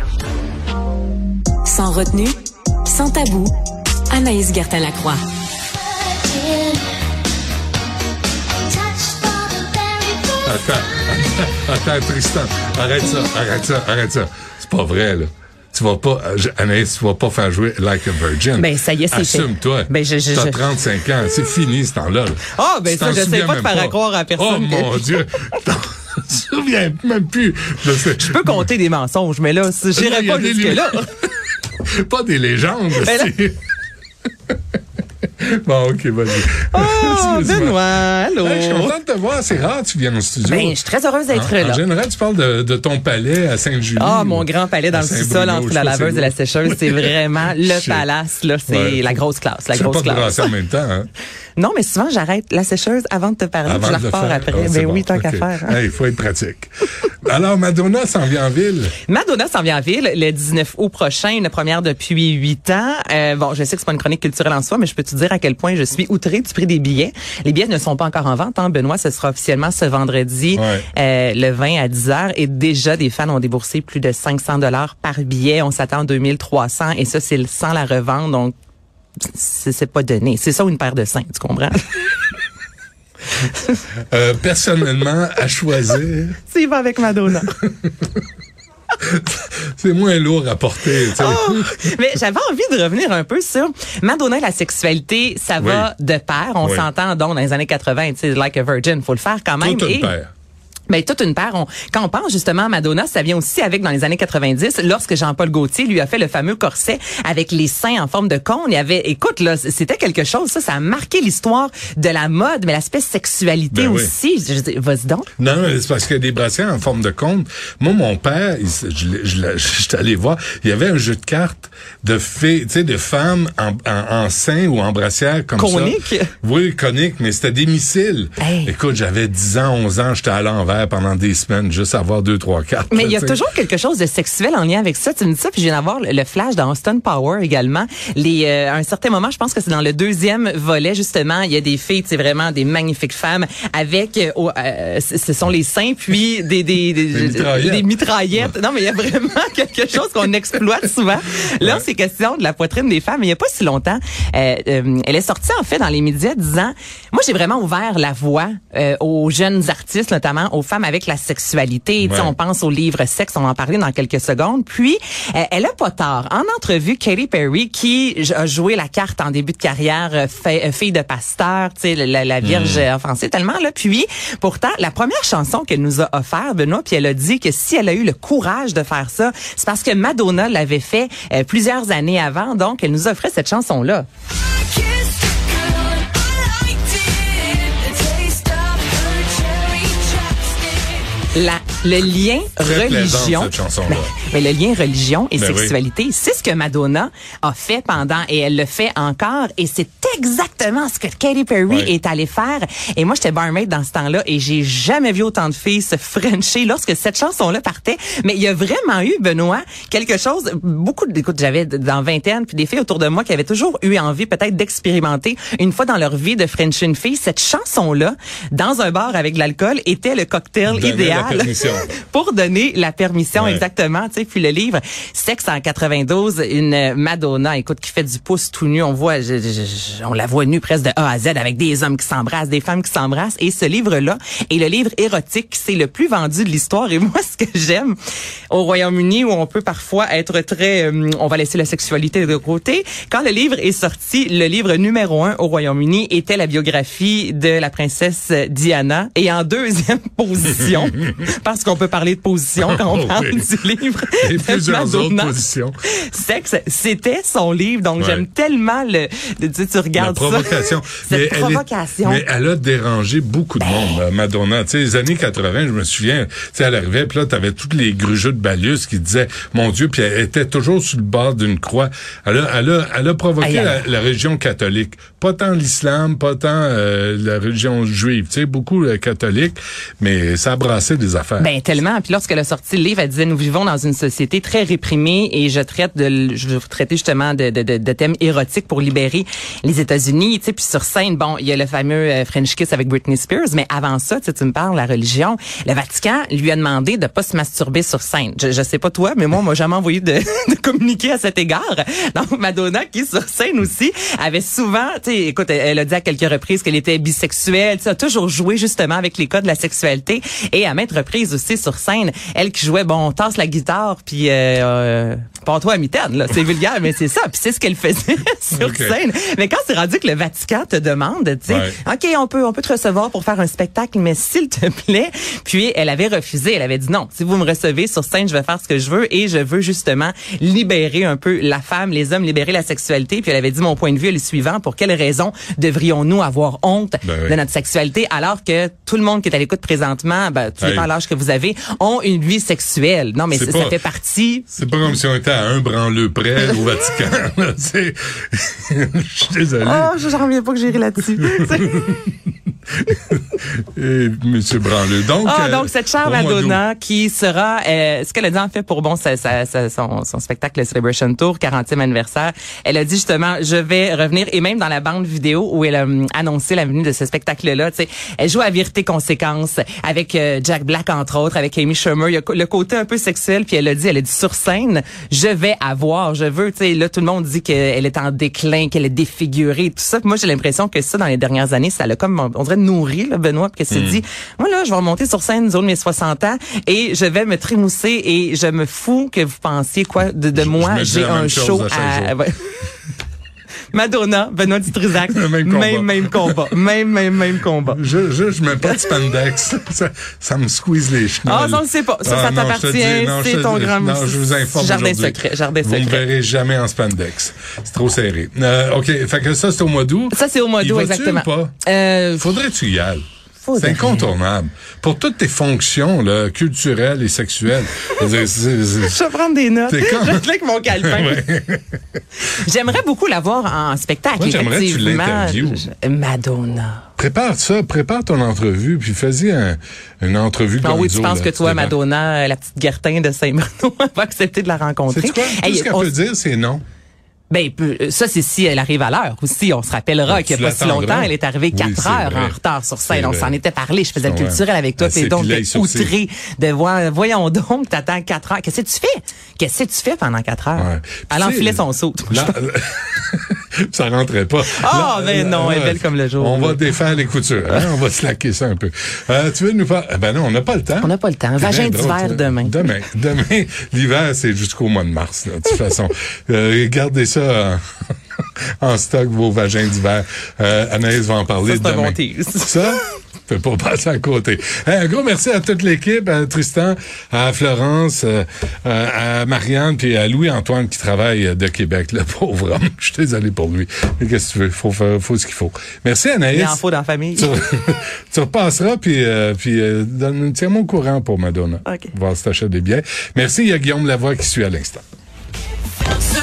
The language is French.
Sans retenue, sans tabou, Anaïs Gertin-Lacroix. Attends, Tristan, arrête ça. C'est pas vrai, là. Tu vas pas, Anaïs, tu vas pas faire jouer Like a Virgin. Ben, ça y est, c'est Assume-toi. Ben, T'as 35 ans. C'est fini, ce temps-là. Ah, ben, ça, j'essaie pas de faire croire à personne. Oh, mon Dieu. Je me souviens même plus. Je peux compter des mensonges, mais là, j'irai pas jusque-là. Pas des légendes. Bon, OK, vas-y. Oh, Benoît, allô. Hey, je suis content de te voir. C'est rare que tu viennes au studio. Ben, je suis très heureuse d'être là. En général, tu parles de ton palais à Sainte-Julie. Ah, mon grand palais dans le sous-sol entre la laveuse et la sécheuse. C'est vraiment le palace, là. C'est la grosse classe. La grosse classe. Tu peux pas te brasser en même temps, hein? Non, mais souvent, j'arrête la sécheuse avant de te parler. Je la repars après. Ben oui, tant qu'à faire. Il faut être pratique. Alors, Madonna s'en vient en ville. Madonna s'en vient en ville le 19 août prochain, une première depuis 8 ans. Bon, je sais que c'est pas une chronique culturelle en soi, mais je peux te dire à quel point je suis outrée du prix des billets. Les billets ne sont pas encore en vente, hein, Benoît. Ce sera officiellement ce vendredi, le 20 à 10h. Et déjà, des fans ont déboursé plus de 500 $ par billet. On s'attend à 2300 et ça, c'est sans la revente. Donc, c'est pas donné. C'est ça ou une paire de seins, tu comprends? Personnellement, à choisir. C'est va avec Madonna. C'est moins lourd à porter. Tu sais. Oh, mais j'avais envie de revenir un peu sur Madonna et la sexualité. Ça va de pair. On s'entend donc dans les années 80, tu sais, Like a Virgin, faut le faire quand même. Tout de pair. Ben, toute une paire. Quand on pense justement à Madonna, ça vient aussi avec dans les années 90, lorsque Jean-Paul Gaultier lui a fait le fameux corset avec les seins en forme de cône. Il y avait, écoute, là, c'était quelque chose, ça a marqué l'histoire de la mode, mais l'aspect sexualité aussi. Je dis, vas-y donc. Non, c'est parce qu'il y a des bracelets en forme de cône. Moi, mon père, j'étais allé voir, il y avait un jeu de cartes de filles, tu sais, de femmes en sein ou en brassière comme conique. Ça. Oui, conique, mais c'était des missiles. Hey. Écoute, j'avais 10 ans, 11 ans, j'étais à l'envers pendant des semaines, juste avoir 2, 3, 4. Mais il y a toujours quelque chose de sexuel en lien avec ça. Tu me dis ça, puis je viens d'avoir le flash dans Austin Power également. À un certain moment, je pense que c'est dans le 2e volet, justement, il y a des filles, c'est vraiment des magnifiques femmes avec, ce sont les seins, puis des mitraillettes. Non, mais il y a vraiment quelque chose qu'on exploite souvent. Là, c'est question de la poitrine des femmes. Il y a pas si longtemps, elle est sortie, en fait, dans les médias disant, moi, j'ai vraiment ouvert la voie aux jeunes artistes, notamment aux femmes avec la sexualité. Ouais. On pense au livre Sexe, on va en parler dans quelques secondes. Puis, elle a pas tort. En entrevue, Katy Perry, qui a joué la carte en début de carrière, fille de pasteur, la Vierge offensée tellement, là. Puis, pourtant, la première chanson qu'elle nous a offert, Benoît, puis elle a dit que si elle a eu le courage de faire ça, c'est parce que Madonna l'avait fait plusieurs années avant. Donc, elle nous offrait cette chanson-là. Le lien religion, mais le lien religion et sexualité, c'est ce que Madonna a fait pendant et elle le fait encore et c'est exactement ce que Katy Perry est allée faire. Et moi, j'étais barmaid dans ce temps-là et j'ai jamais vu autant de filles se frencher lorsque cette chanson-là partait. Mais il y a vraiment eu, Benoît, quelque chose, écoute, j'avais dans vingtaine puis des filles autour de moi qui avaient toujours eu envie peut-être d'expérimenter une fois dans leur vie de frencher une fille. Cette chanson-là, dans un bar avec de l'alcool, était le cocktail idéal pour donner la permission, exactement. Tu sais, puis le livre Sexe en 92, une Madonna, écoute, qui fait du pouce tout nu. On voit, on la voit nue presque de A à Z avec des hommes qui s'embrassent, des femmes qui s'embrassent. Et ce livre-là est le livre érotique, c'est le plus vendu de l'histoire. Et moi, ce que j'aime au Royaume-Uni, où on peut parfois être très, on va laisser la sexualité de côté. Quand le livre est sorti, le livre numéro 1 au Royaume-Uni était la biographie de la princesse Diana. Et en deuxième position, parce qu'on peut parler de position quand on parle du livre. Et plusieurs autres positions. Sexe, c'était son livre. Donc, j'aime tellement tu regardes la provocation. Ça. Cette provocation. Mais elle a dérangé beaucoup de monde, Madonna. Tu sais, les années 80, je me souviens, tu sais, elle arrivait, puis là, t'avais tous les grugeux de Balius qui disaient, mon Dieu, puis elle était toujours sur le bord d'une croix. Elle a provoqué la religion catholique. Pas tant l'islam, pas tant la religion juive. Tu sais, beaucoup catholique, mais ça a brassé des affaires. Ben tellement. Puis lorsqu'elle a sorti le livre, elle disait, nous vivons dans une société très réprimée et je veux traiter justement de thèmes érotiques pour libérer les États-Unis. Tu sais, puis sur scène, bon, il y a le fameux French Kiss avec Britney Spears, mais avant ça, tu me parles de la religion. Le Vatican lui a demandé de pas se masturber sur scène. Je sais pas toi, mais moi, on m'a jamais envoyé de communiquer à cet égard. Donc Madonna, qui sur scène aussi, avait souvent, tu sais, écoute, elle a dit à quelques reprises qu'elle était bisexuelle. Tu sais, a toujours joué justement avec les codes de la sexualité et à maintes reprises aussi sur scène, elle qui jouait, bon, tasse la guitare puis pars-toi à mitaine, là, c'est vulgaire, mais c'est ça. Puis c'est ce qu'elle faisait sur scène. Mais quand c'est rendu que le Vatican te demande, tu sais, ok, on peut te recevoir pour faire un spectacle, mais s'il te plaît. Puis elle avait refusé. Elle avait dit non. Si vous me recevez sur scène, je vais faire ce que je veux et je veux justement libérer un peu la femme, les hommes, libérer la sexualité. Puis elle avait dit mon point de vue est le suivant. Pour quelles raisons devrions-nous avoir honte de notre sexualité alors que tout le monde qui est à l'écoute présentement, tout dépend de l'âge que vous avez, ont une vie sexuelle. Non, mais ça fait partie. C'est pas comme si on était à un branleux près au Vatican. Je suis désolé. Oh, j'en reviens pas que j'ai ri là-dessus. Et Monsieur Branleux. Donc cette chère Madonna qui sera, ce qu'elle a dit en fait pour son spectacle Celebration Tour, 40e anniversaire, elle a dit justement, je vais revenir, et même dans la bande vidéo où elle a annoncé la venue de ce spectacle-là, tu sais, elle joue à Vérité Conséquence avec Jack Black entre autres, avec Amy Schumer, il y a le côté un peu sexuel, puis elle a dit sur scène, je veux, tu sais, là tout le monde dit qu'elle est en déclin, qu'elle est défigurée, tout ça. Puis moi j'ai l'impression que ça dans les dernières années, ça l'a comme on dirait nourri là, Benoît, puis qu'elle s'est dit, moi là, je vais remonter sur scène zone mes 60 ans et je vais me trémousser et je me fous que vous pensiez quoi de moi, j'ai un show à Madonna, Benoît Dutrisac, même combat. Même combat. Je mets pas de spandex. ça me squeeze les cheveux. Ah, ça, on ne sait pas. Ça t'appartient. C'est ton grand... Non, je vous informe Jardin secret. Vous ne me verrez jamais en spandex. C'est trop serré. OK. Fait que ça, c'est au mois d'août. Ça, c'est au mois d'août, exactement. Ou pas? Faudrait que tu y ailles. C'est incontournable. Pour toutes tes fonctions là, culturelles et sexuelles. Je vais prendre des notes. Je vais avec mon calepin. J'aimerais beaucoup la voir en spectacle. Moi, j'aimerais que tu l'interviewes. Madonna. Prépare ton entrevue, puis fais-y une entrevue comme oui, tu penses que toi, Madonna, la petite Gertin de Saint-Bruno, va accepter de la rencontrer? C'est quoi? Tout ce qu'elle peut dire, c'est non. Ben ça c'est si elle arrive à l'heure aussi. On se rappellera qu'il y a pas si longtemps, elle est arrivée 4 heures en retard sur scène. On s'en était parlé. Je faisais le culturel avec toi. T'es donc outré de voir. Voyons donc, t'attends 4 heures. Qu'est-ce que tu fais pendant 4 heures? Ouais. Elle enfilait son saut. Ça rentrait pas. Ben non, elle est belle comme le jour. On va défaire les coutures. Hein? On va slacker ça un peu. Tu veux nous faire... Ben non, on n'a pas le temps. On n'a pas le temps. Vagin d'hiver demain. Demain, l'hiver, c'est jusqu'au mois de mars, là, de toute façon. Gardez ça en stock, vos vagins d'hiver. Anaïs va en parler demain. Ça, peut pas passer à côté. Un gros merci à toute l'équipe, à Tristan, à Florence, à Marianne, puis à Louis-Antoine qui travaille de Québec, le pauvre homme. Je suis désolé pour lui. Mais qu'est-ce que tu veux? Faut ce qu'il faut. Merci Anaïs. Il en faut dans la famille. Tu repasseras, puis tiens-moi au courant pour Madonna. OK. Voir si t'achètes des billets. Merci, il y a Guillaume Lavoie qui suit à l'instant.